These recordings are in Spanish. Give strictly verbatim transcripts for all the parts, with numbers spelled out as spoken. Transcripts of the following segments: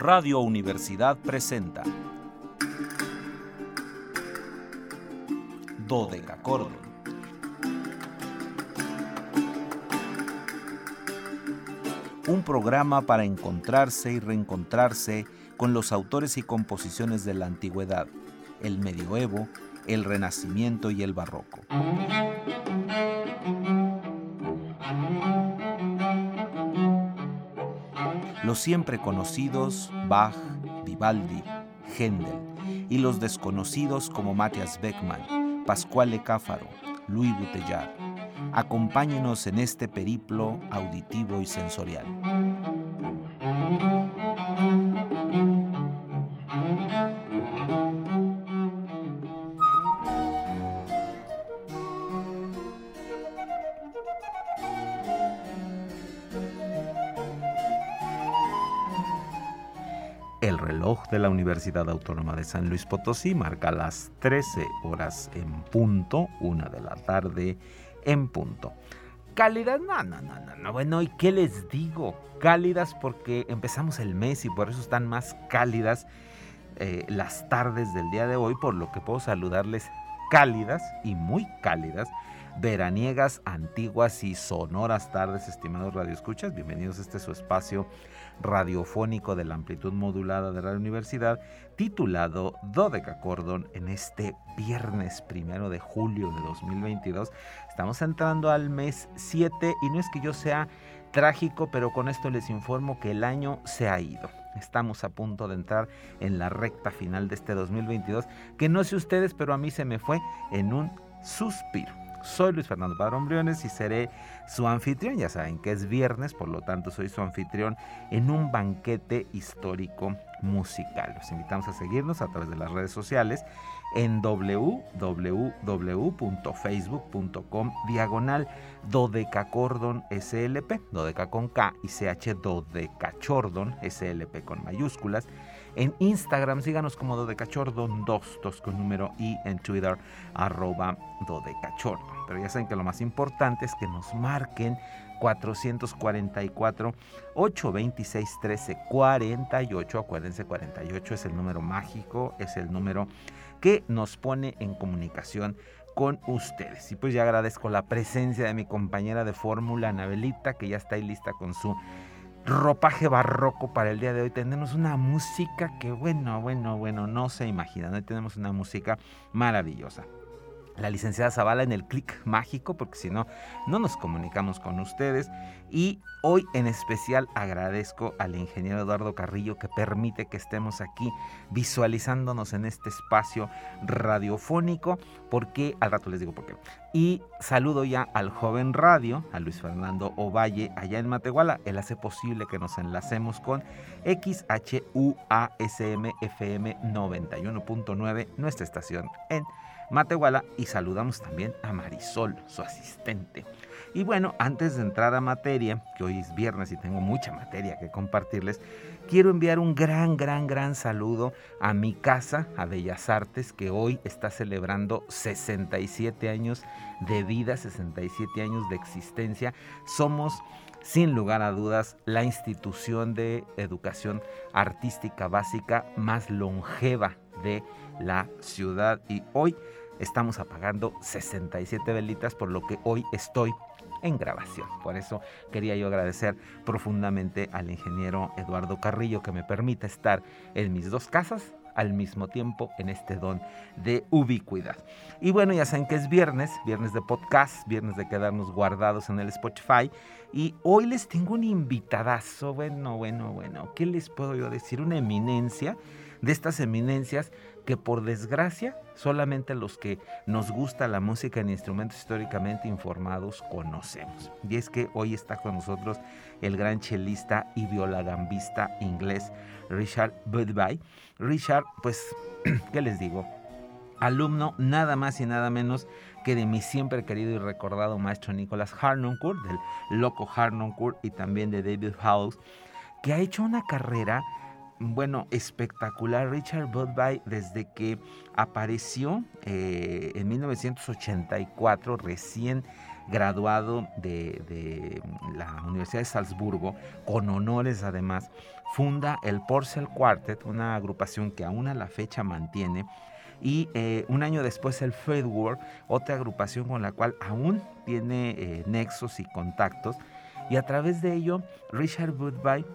Radio Universidad presenta Dodecacordon. Un programa para encontrarse y reencontrarse con los autores y composiciones de la antigüedad, el medioevo, el renacimiento y el barroco. Los siempre conocidos Bach, Vivaldi, Händel y los desconocidos como Matthias Beckmann, Pasquale Cáfaro, Louis Bouteillard. Acompáñenos en este periplo auditivo y sensorial. El reloj de la Universidad Autónoma de San Luis Potosí marca las trece horas en punto, una de la tarde en punto. Cálidas, no, no, no, no, no, bueno, ¿y qué les digo? Cálidas porque empezamos el mes y por eso están más cálidas eh, las tardes del día de hoy, por lo que puedo saludarles cálidas y muy cálidas, veraniegas, antiguas y sonoras tardes, estimados radioescuchas. Bienvenidos a este su espacio radiofónico de la amplitud modulada de la universidad, titulado Dodecacordon, en este viernes primero de julio de dos mil veintidós. Estamos entrando al mes siete y no es que yo sea trágico, pero con esto les informo que el año se ha ido. Estamos a punto de entrar en la recta final de este dos mil veintidós, que no sé ustedes, pero a mí se me fue en un suspiro. Soy Luis Fernando Padrón Briones y seré su anfitrión. Ya saben que es viernes, por lo tanto soy su anfitrión en un banquete histórico musical. Los invitamos a seguirnos a través de las redes sociales en w w w punto facebook punto com diagonal Dodecacordon S L P, Dodeca con K y C H, Dodecachordon S L P con mayúsculas. En Instagram síganos como Dodecachordon dos, dos con número, y en Twitter arroba Dodecachordon. Pero ya saben que lo más importante es que nos marquen cuatrocientos cuarenta y cuatro, ochocientos veintiséis, trece cuarenta y ocho. Acuérdense, cuarenta y ocho es el número mágico, es el número que nos pone en comunicación con ustedes. Y pues ya agradezco la presencia de mi compañera de fórmula, Anabelita, que ya está ahí lista con su ropaje barroco para el día de hoy. Tenemos una música que bueno, bueno, bueno, no se imaginan. Hoy tenemos una música maravillosa. La licenciada Zavala en el clic mágico, porque si no, no nos comunicamos con ustedes. Y hoy en especial agradezco al ingeniero Eduardo Carrillo, que permite que estemos aquí visualizándonos en este espacio radiofónico, porque al rato les digo por qué. Y saludo ya al joven radio, a Luis Fernando Ovalle, allá en Matehuala. Él hace posible que nos enlacemos con X H U A S M F M noventa y uno punto nueve, nuestra estación en Matehuala, y saludamos también a Marisol, su asistente. Y bueno, antes de entrar a materia, que hoy es viernes y tengo mucha materia que compartirles, quiero enviar un gran, gran, gran saludo a mi casa, a Bellas Artes, que hoy está celebrando sesenta y siete años de vida, sesenta y siete años de existencia. Somos, sin lugar a dudas, la institución de educación artística básica más longeva de la ciudad, y hoy estamos apagando sesenta y siete velitas, por lo que hoy estoy en grabación. Por eso quería yo agradecer profundamente al ingeniero Eduardo Carrillo, que me permite estar en mis dos casas al mismo tiempo en este don de ubicuidad. Y bueno, ya saben que es viernes, viernes de podcast, viernes de quedarnos guardados en el Spotify, y hoy les tengo un invitadazo. Bueno, bueno, bueno, ¿qué les puedo yo decir? Una eminencia, de estas eminencias que por desgracia solamente los que nos gusta la música en instrumentos históricamente informados conocemos. Y es que hoy está con nosotros el gran chelista y violagambista inglés Richard Budbye. Richard, pues, ¿qué les digo? Alumno nada más y nada menos que de mi siempre querido y recordado maestro Nicholas Harnoncourt, del loco Harnoncourt, y también de David Howells, que ha hecho una carrera, bueno, espectacular. Richard Budbye, desde que apareció eh, en mil novecientos ochenta y cuatro, recién graduado de, de la Universidad de Salzburgo, con honores además, funda el Purcell Quartet, una agrupación que aún a la fecha mantiene, y eh, un año después el Fredward, otra agrupación con la cual aún tiene eh, nexos y contactos, y a través de ello Richard Woodbury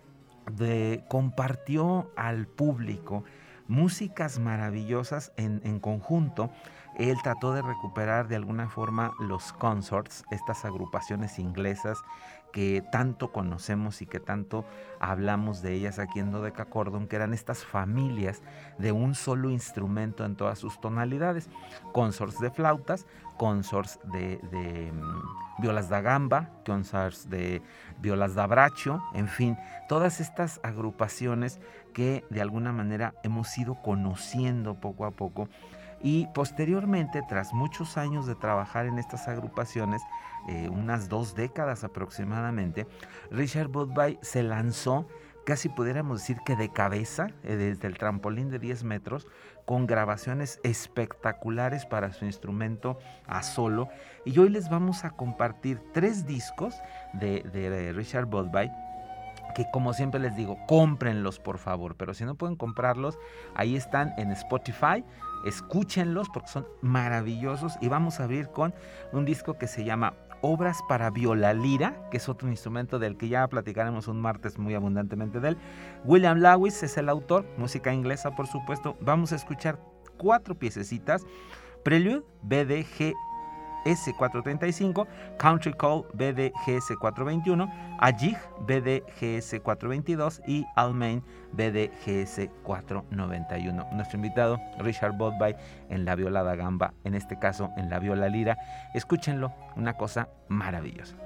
de, compartió al público músicas maravillosas en, en conjunto. Él trató de recuperar de alguna forma los consorts, estas agrupaciones inglesas que tanto conocemos y que tanto hablamos de ellas aquí en Dodecacordon, que eran estas familias de un solo instrumento en todas sus tonalidades, consorts de flautas, consorts de, de um, violas da gamba, consorts de violas da braccio, en fin, todas estas agrupaciones que de alguna manera hemos ido conociendo poco a poco. Y posteriormente, tras muchos años de trabajar en estas agrupaciones, eh, unas dos décadas aproximadamente, Richard Woodbury se lanzó, casi pudiéramos decir que de cabeza, eh, desde el trampolín de diez metros, con grabaciones espectaculares para su instrumento a solo. Y hoy les vamos a compartir tres discos de, de Richard Woodbury, que como siempre les digo, cómprenlos por favor, pero si no pueden comprarlos, ahí están en Spotify, escúchenlos porque son maravillosos. Y vamos a abrir con un disco que se llama Obras para viola lira, que es otro instrumento del que ya platicaremos un martes muy abundantemente de él. William Lawes es el autor, música inglesa por supuesto. Vamos a escuchar cuatro piececitas: Prelude, B D G S cuatrocientos treinta y cinco, Country Call, B D G S cuatrocientos veintiuno, Ajig, B D G S cuatrocientos veintidós y Almain, B D G S cuatrocientos noventa y uno. Nuestro invitado, Richard Woodbury, en la viola da gamba, en este caso en la viola lira. Escúchenlo, una cosa maravillosa.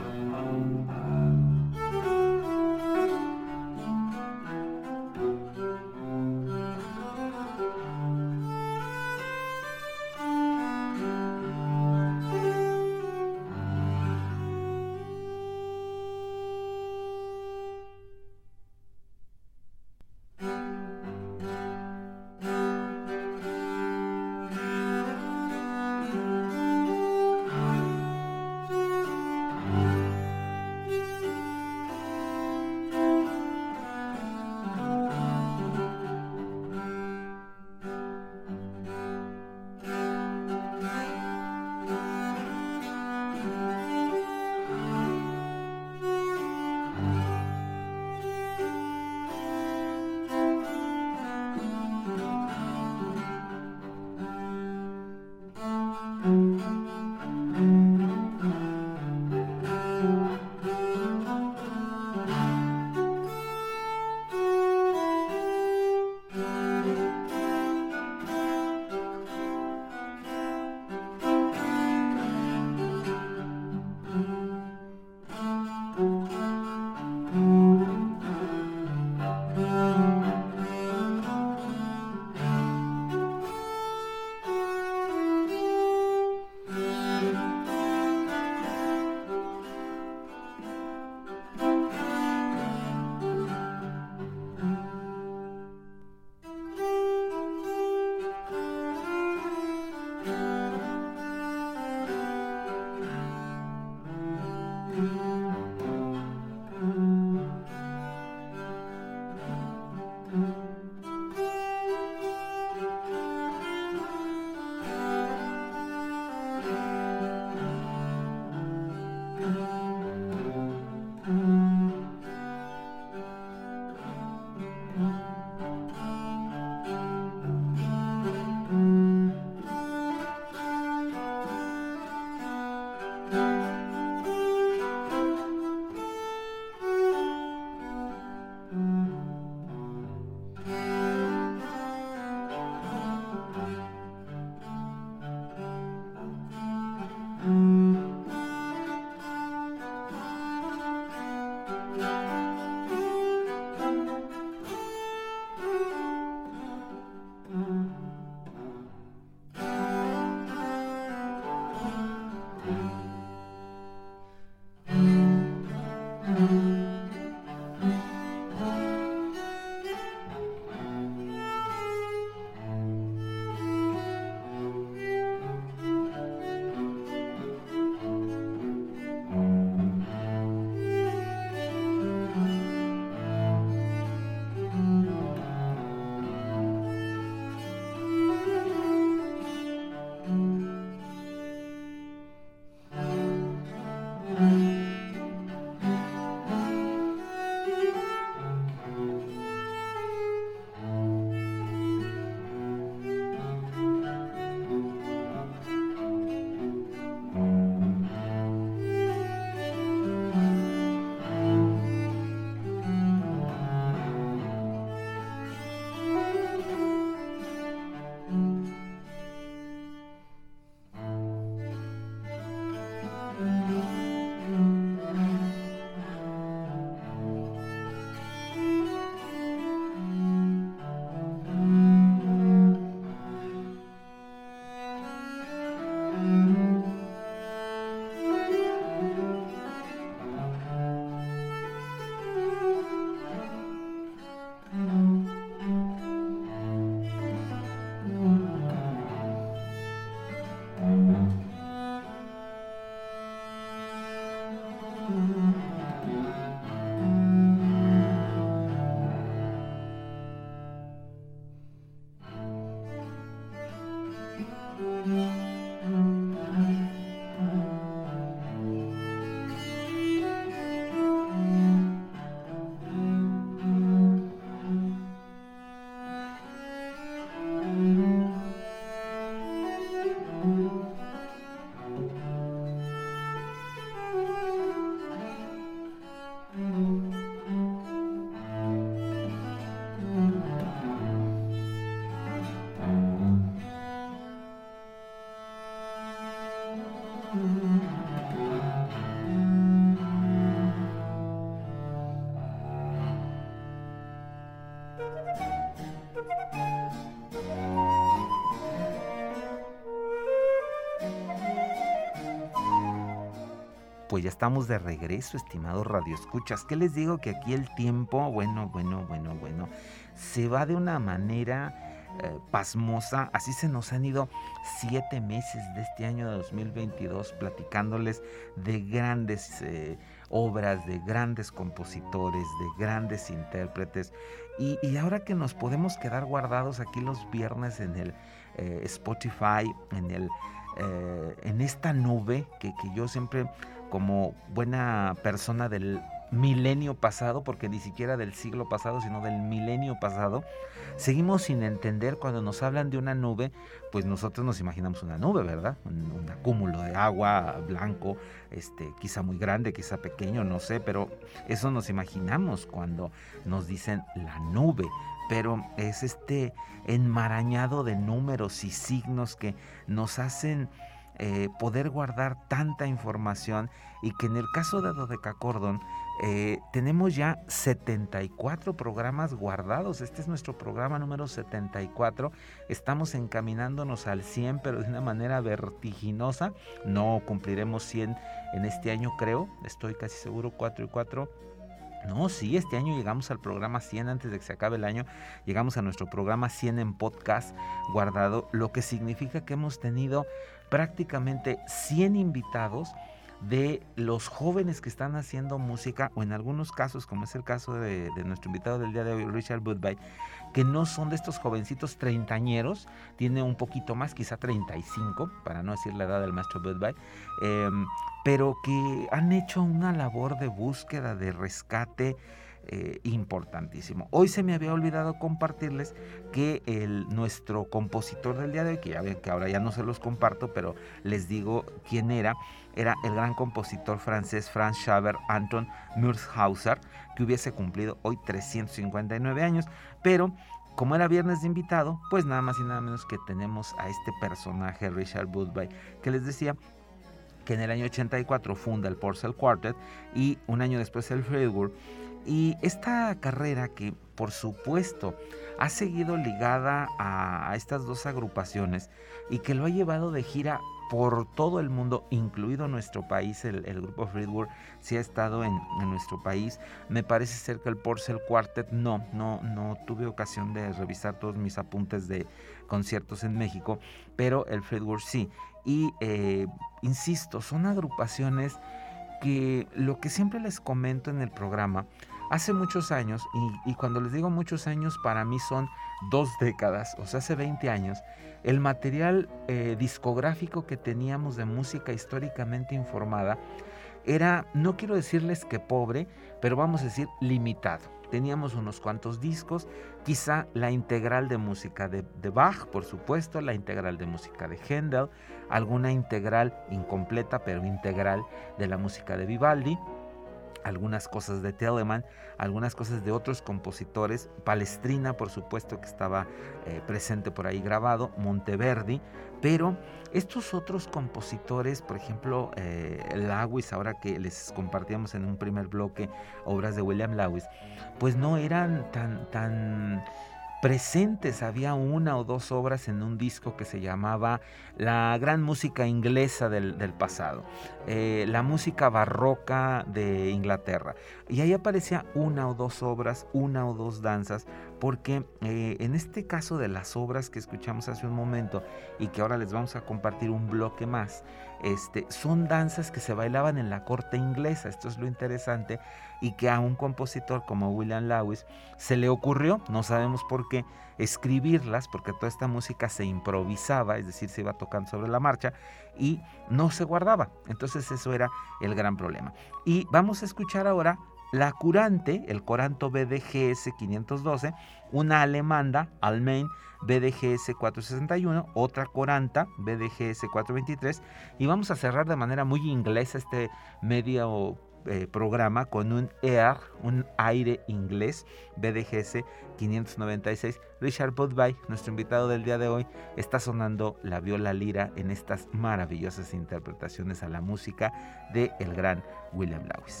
pues ya estamos de regreso, estimados radioescuchas. ¿Qué les digo? Que aquí el tiempo, bueno, bueno, bueno, bueno, se va de una manera eh, pasmosa. Así se nos han ido siete meses de este año de dos mil veintidós platicándoles de grandes eh, obras, de grandes compositores, de grandes intérpretes. Y, y ahora que nos podemos quedar guardados aquí los viernes en el eh, Spotify, en el eh, en esta nube que, que yo siempre, como buena persona del milenio pasado, porque ni siquiera del siglo pasado, sino del milenio pasado, seguimos sin entender cuando nos hablan de una nube, pues nosotros nos imaginamos una nube, ¿verdad? Un, un acúmulo de agua blanco, este, quizá muy grande, quizá pequeño, no sé, pero eso nos imaginamos cuando nos dicen la nube. Pero es este enmarañado de números y signos que nos hacen eh, poder guardar tanta información, y que en el caso de Dodecacordon eh, tenemos ya setenta y cuatro programas guardados. Este es nuestro programa número setenta y cuatro. Estamos encaminándonos al cien, pero de una manera vertiginosa. No cumpliremos cien en este año, creo. Estoy casi seguro, cuatro y cuatro. No, sí, este año llegamos al programa cien antes de que se acabe el año. Llegamos a nuestro programa cien en podcast guardado, lo que significa que hemos tenido prácticamente cien invitados de los jóvenes que están haciendo música, o en algunos casos, como es el caso de, de nuestro invitado del día de hoy, Richard Budbay, que no son de estos jovencitos treintañeros, tiene un poquito más, quizá treinta y cinco, para no decir la edad del maestro Budbay, eh, pero que han hecho una labor de búsqueda, de rescate eh, importantísimo. Hoy se me había olvidado compartirles que el, nuestro compositor del día de hoy, que ya ven que ahora ya no se los comparto, pero les digo quién era, era el gran compositor francés Franz Xaver Anton Münchhauser, que hubiese cumplido hoy trescientos cincuenta y nueve años, pero como era viernes de invitado, pues nada más y nada menos que tenemos a este personaje, Richard Budbay, que les decía que en el año ochenta y cuatro funda el Purcell Quartet y un año después el Friedburg. Y esta carrera, que por supuesto ha seguido ligada a, a estas dos agrupaciones y que lo ha llevado de gira por todo el mundo, incluido nuestro país, el, el grupo Friedburg sí ha estado en, en nuestro país. Me parece ser que el Purcell Quartet no, no, no tuve ocasión de revisar todos mis apuntes de conciertos en México, pero el Friedburg sí. Y eh, insisto, son agrupaciones que lo que siempre les comento en el programa, hace muchos años, y, y cuando les digo muchos años, para mí son dos décadas, o sea, hace veinte años, el material eh, discográfico que teníamos de música históricamente informada era, no quiero decirles que pobre, pero vamos a decir limitado. Teníamos unos cuantos discos, quizá la integral de música de, de Bach, por supuesto, la integral de música de Händel, alguna integral incompleta, pero integral de la música de Vivaldi, algunas cosas de Telemann, algunas cosas de otros compositores, Palestrina, por supuesto, que estaba eh, presente por ahí grabado, Monteverdi, pero estos otros compositores, por ejemplo, eh, Lawes, ahora que les compartíamos en un primer bloque obras de William Lawes, pues no eran tan, tan presentes. Había una o dos obras en un disco que se llamaba La gran música inglesa del, del pasado, eh, la música barroca de Inglaterra, y ahí aparecía una o dos obras, una o dos danzas, porque eh, en este caso de las obras que escuchamos hace un momento y que ahora les vamos a compartir un bloque más, este, son danzas que se bailaban en la corte inglesa. Esto es lo interesante, y que a un compositor como William Lawes se le ocurrió, no sabemos por qué, escribirlas, porque toda esta música se improvisaba, es decir, se iba tocando sobre la marcha y no se guardaba. Entonces eso era el gran problema. Y vamos a escuchar ahora la curante, el coranto B D G S quinientos doce, una alemanda, Almain B D G S cuatrocientos sesenta y uno, otra coranta B D G S cuatrocientos veintitrés, y vamos a cerrar de manera muy inglesa este medio eh, programa con un air, un aire inglés, B D G S quinientos noventa y seis. Richard Budbay, nuestro invitado del día de hoy, está sonando la viola lira en estas maravillosas interpretaciones a la música de el gran William Lawes.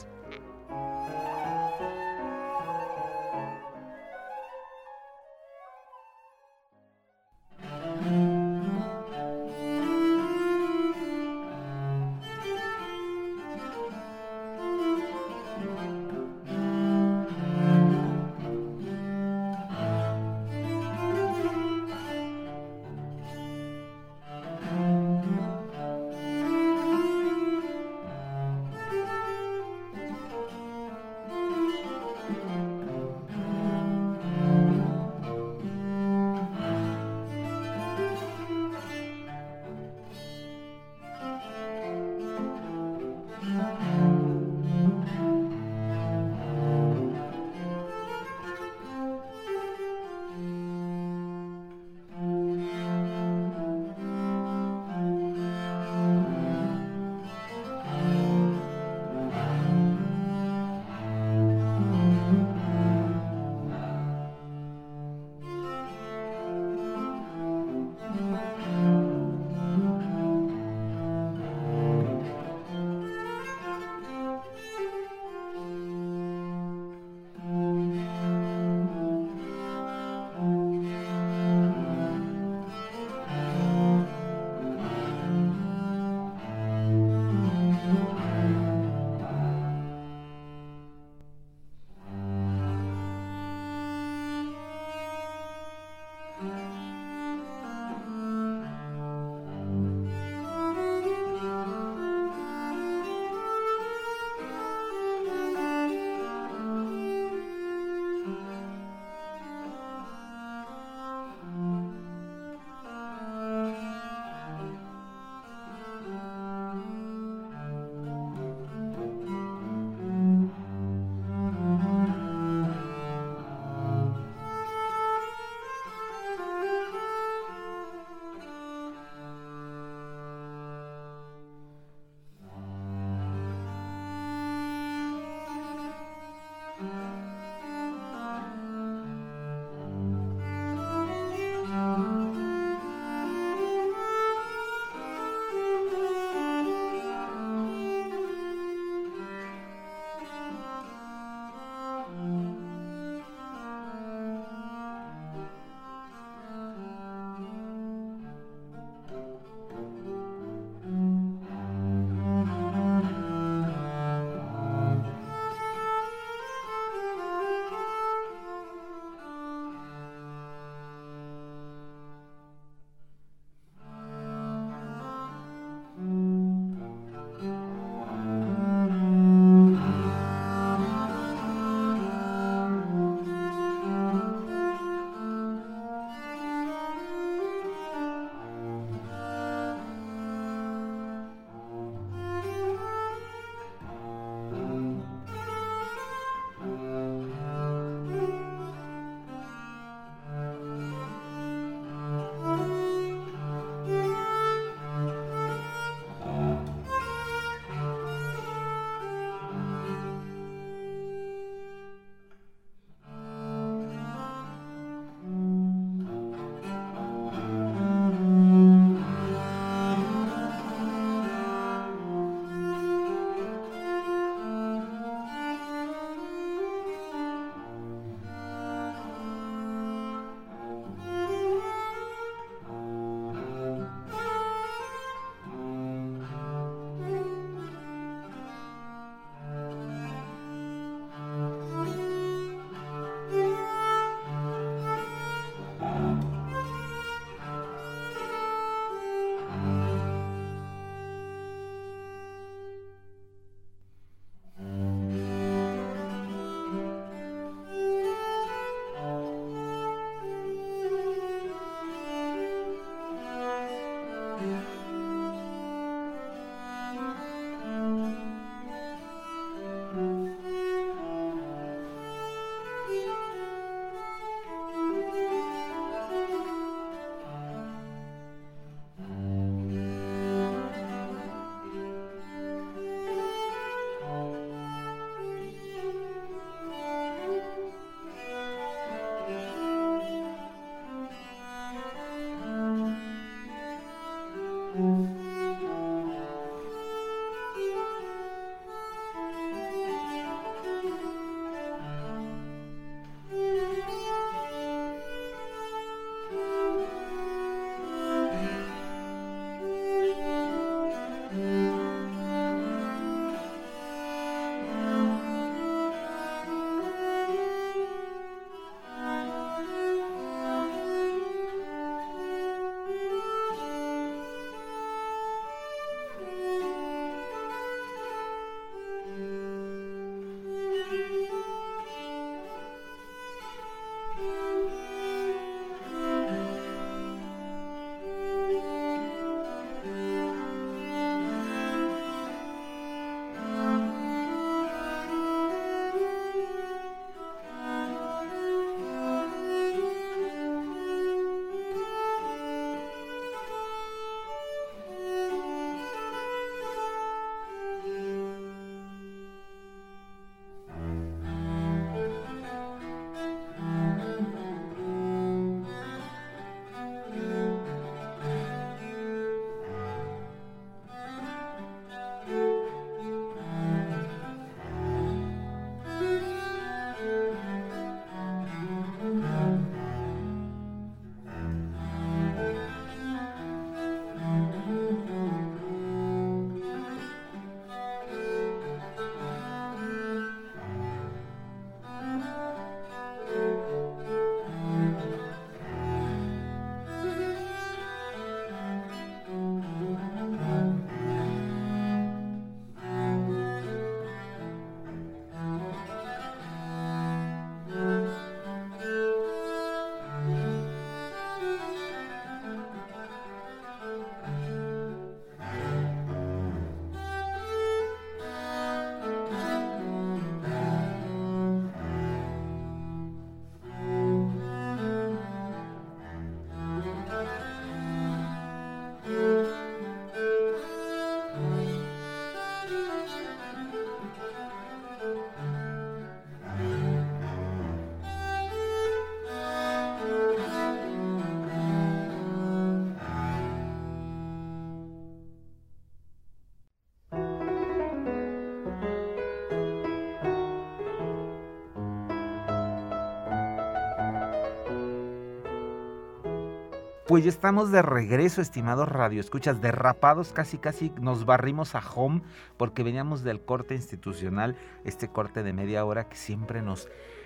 Pues ya estamos de regreso, estimados radioescuchas, derrapados, casi casi nos barrimos a home porque veníamos del corte institucional, este corte de media hora que siempre nos,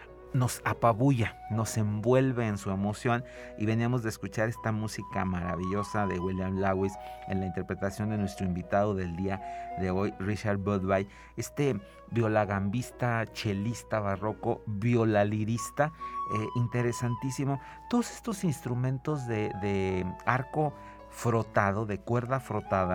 nos apabulla, nos envuelve en su emoción, y veníamos de escuchar esta música maravillosa de William Lawes en la interpretación de nuestro invitado del día de hoy, Richard Budbye, este violagambista, chelista barroco, violalirista, eh, interesantísimo. Todos estos instrumentos de, de arco frotado, de cuerda frotada,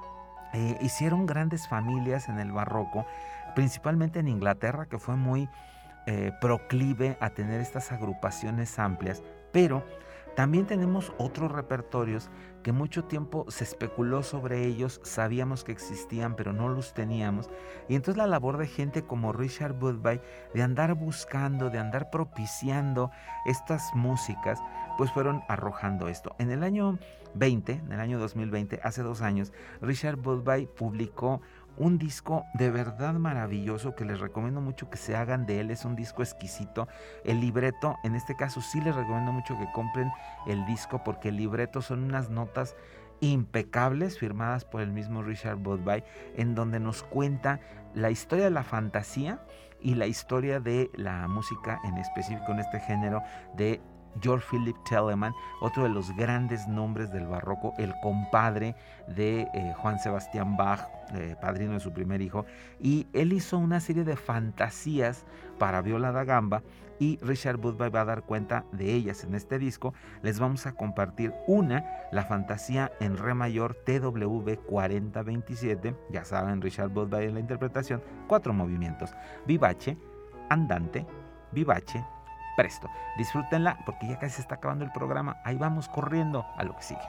eh, hicieron grandes familias en el barroco, principalmente en Inglaterra, que fue muy eh, proclive a tener estas agrupaciones amplias, pero también tenemos otros repertorios que mucho tiempo se especuló sobre ellos, sabíamos que existían pero no los teníamos, y entonces la labor de gente como Richard Budbye de andar buscando, de andar propiciando estas músicas, pues fueron arrojando esto. En el año veinte, en el año dos mil veinte, hace dos años, Richard Budbye publicó un disco de verdad maravilloso que les recomiendo mucho que se hagan de él. Es un disco exquisito. El libreto, en este caso sí les recomiendo mucho que compren el disco, porque el libreto son unas notas impecables firmadas por el mismo Richard Budbye, en donde nos cuenta la historia de la fantasía y la historia de la música, en específico en este género, de George Philip Telemann, otro de los grandes nombres del barroco, el compadre de eh, Juan Sebastián Bach, eh, padrino de su primer hijo, y él hizo una serie de fantasías para viola da gamba, y Richard Budbye va a dar cuenta de ellas en este disco. Les vamos a compartir una, la fantasía en re mayor T W cuarenta veintisiete, ya saben, Richard Budbye en la interpretación, cuatro movimientos, vivace, andante, vivace, presto. Disfrútenla porque ya casi se está acabando el programa. Ahí vamos corriendo a lo que sigue.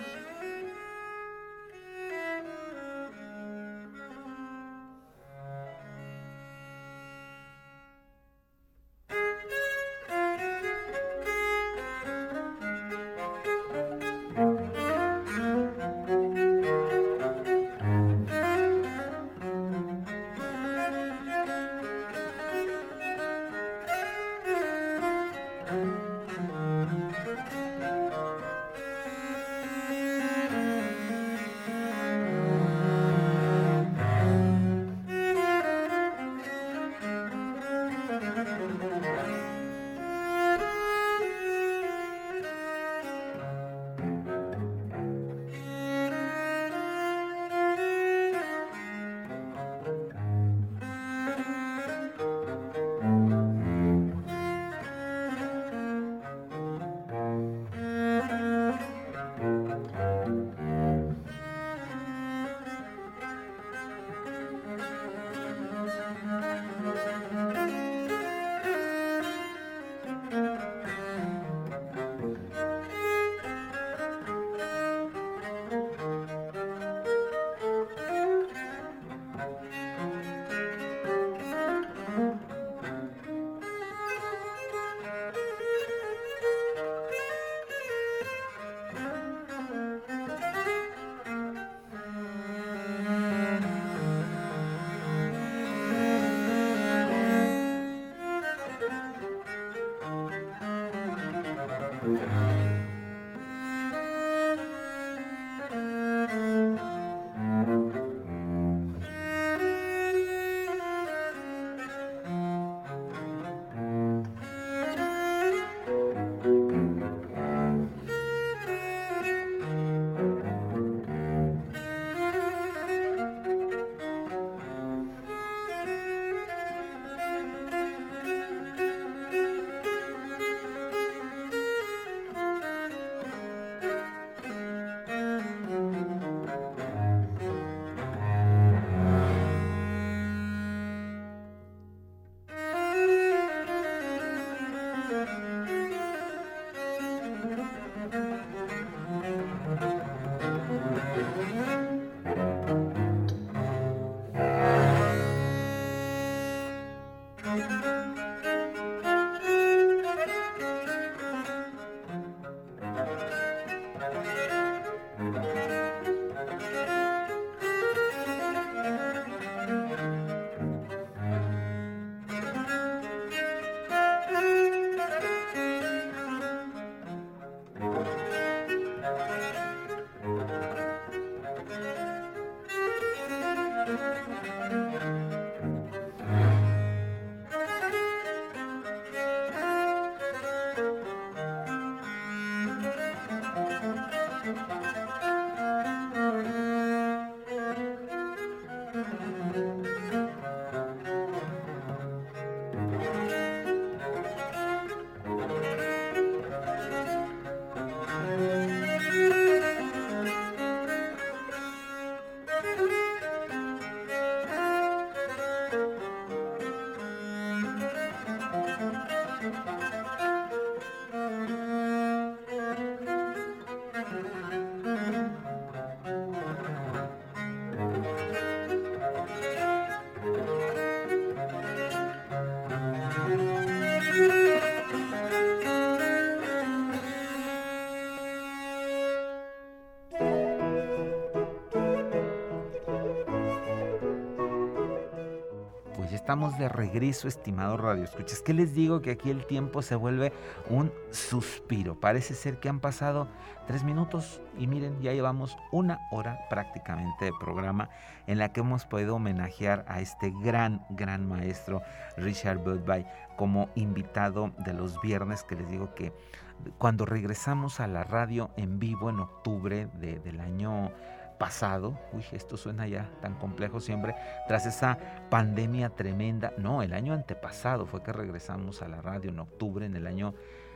Estamos de regreso, estimados radioescuchas. ¿Qué les digo? Que aquí el tiempo se vuelve un suspiro. Parece ser que han pasado tres minutos y miren, ya llevamos una hora prácticamente de programa en la que hemos podido homenajear a este gran, gran maestro Richard Budbye como invitado de los viernes, que les digo que cuando regresamos a la radio en vivo en octubre de, del año pasado, uy, esto suena ya tan complejo siempre, tras esa pandemia tremenda, no, el año antepasado fue que regresamos a la radio en octubre, en el año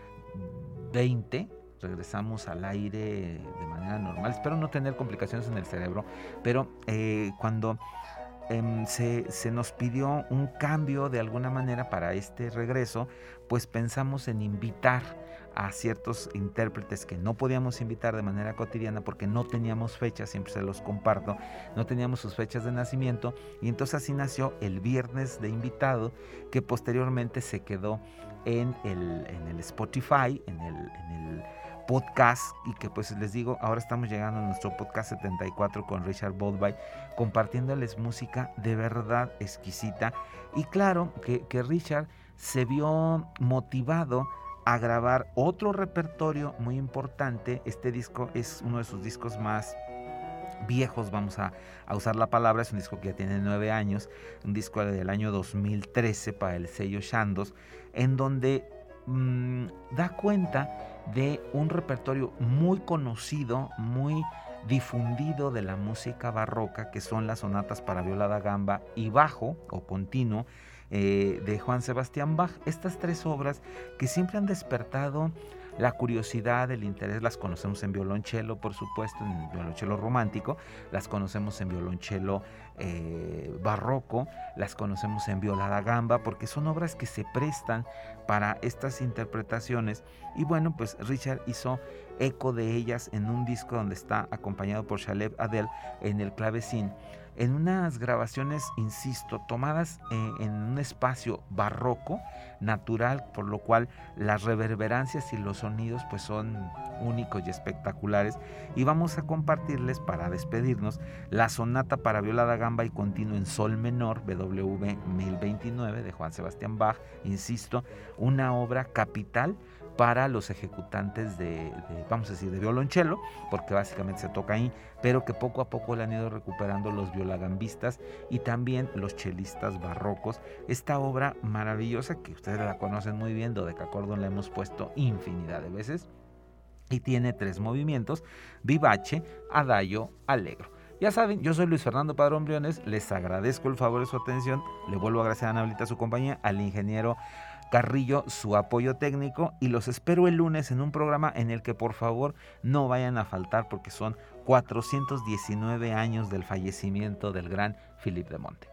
veinte, regresamos al aire de manera normal, espero no tener complicaciones en el cerebro, pero eh, cuando eh, se, se nos pidió un cambio de alguna manera para este regreso, pues pensamos en invitar a ciertos intérpretes que no podíamos invitar de manera cotidiana porque no teníamos fechas, siempre se los comparto, no teníamos sus fechas de nacimiento, y entonces así nació el Viernes de Invitado, que posteriormente se quedó en el, en el Spotify, en el, en el podcast, y que pues les digo, ahora estamos llegando a nuestro podcast setenta y cuatro con Richard Boldby, compartiéndoles música de verdad exquisita. Y claro que, que Richard se vio motivado a grabar otro repertorio muy importante. Este disco es uno de sus discos más viejos, vamos a, a usar la palabra, es un disco que ya tiene nueve años, un disco del año dos mil trece para el sello Chandos, en donde mmm, da cuenta de un repertorio muy conocido, muy difundido de la música barroca, que son las sonatas para viola da gamba y bajo o continuo eh, de Johann Sebastian Bach. Estas tres obras que siempre han despertado la curiosidad, el interés. Las conocemos en violonchelo, por supuesto, en violonchelo romántico, las conocemos en violonchelo eh, barroco, las conocemos en viola da gamba, porque son obras que se prestan para estas interpretaciones. Y bueno, pues Richard hizo eco de ellas en un disco donde está acompañado por Shaleb Adel en el clavecín, en unas grabaciones, insisto, tomadas eh, en un espacio barroco, natural, por lo cual las reverberancias y los sonidos pues son únicos y espectaculares. Y vamos a compartirles, para despedirnos, la sonata para viola da gamba y continuo en sol menor, B W mil veintinueve, de Johann Sebastian Bach, insisto, una obra capital para los ejecutantes de, de, vamos a decir, de violonchelo, porque básicamente se toca ahí, pero que poco a poco le han ido recuperando los violagambistas y también los chelistas barrocos. Esta obra maravillosa que ustedes la conocen muy bien, Dodecacordon, la hemos puesto infinidad de veces, y tiene tres movimientos: vivace, adagio, allegro. Ya saben, yo soy Luis Fernando Padrón Briones, les agradezco el favor de su atención, le vuelvo a agradecer a Anabelita su compañía, al ingeniero Carrillo su apoyo técnico, y los espero el lunes en un programa en el que por favor no vayan a faltar, porque son cuatrocientos diecinueve años del fallecimiento del gran Philippe de Monte.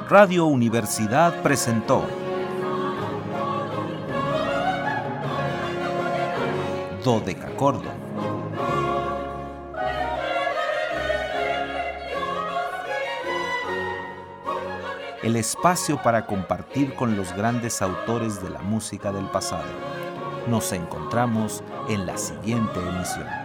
Radio Universidad presentó Dodecacordo. El espacio para compartir con los grandes autores de la música del pasado. Nos encontramos en la siguiente emisión.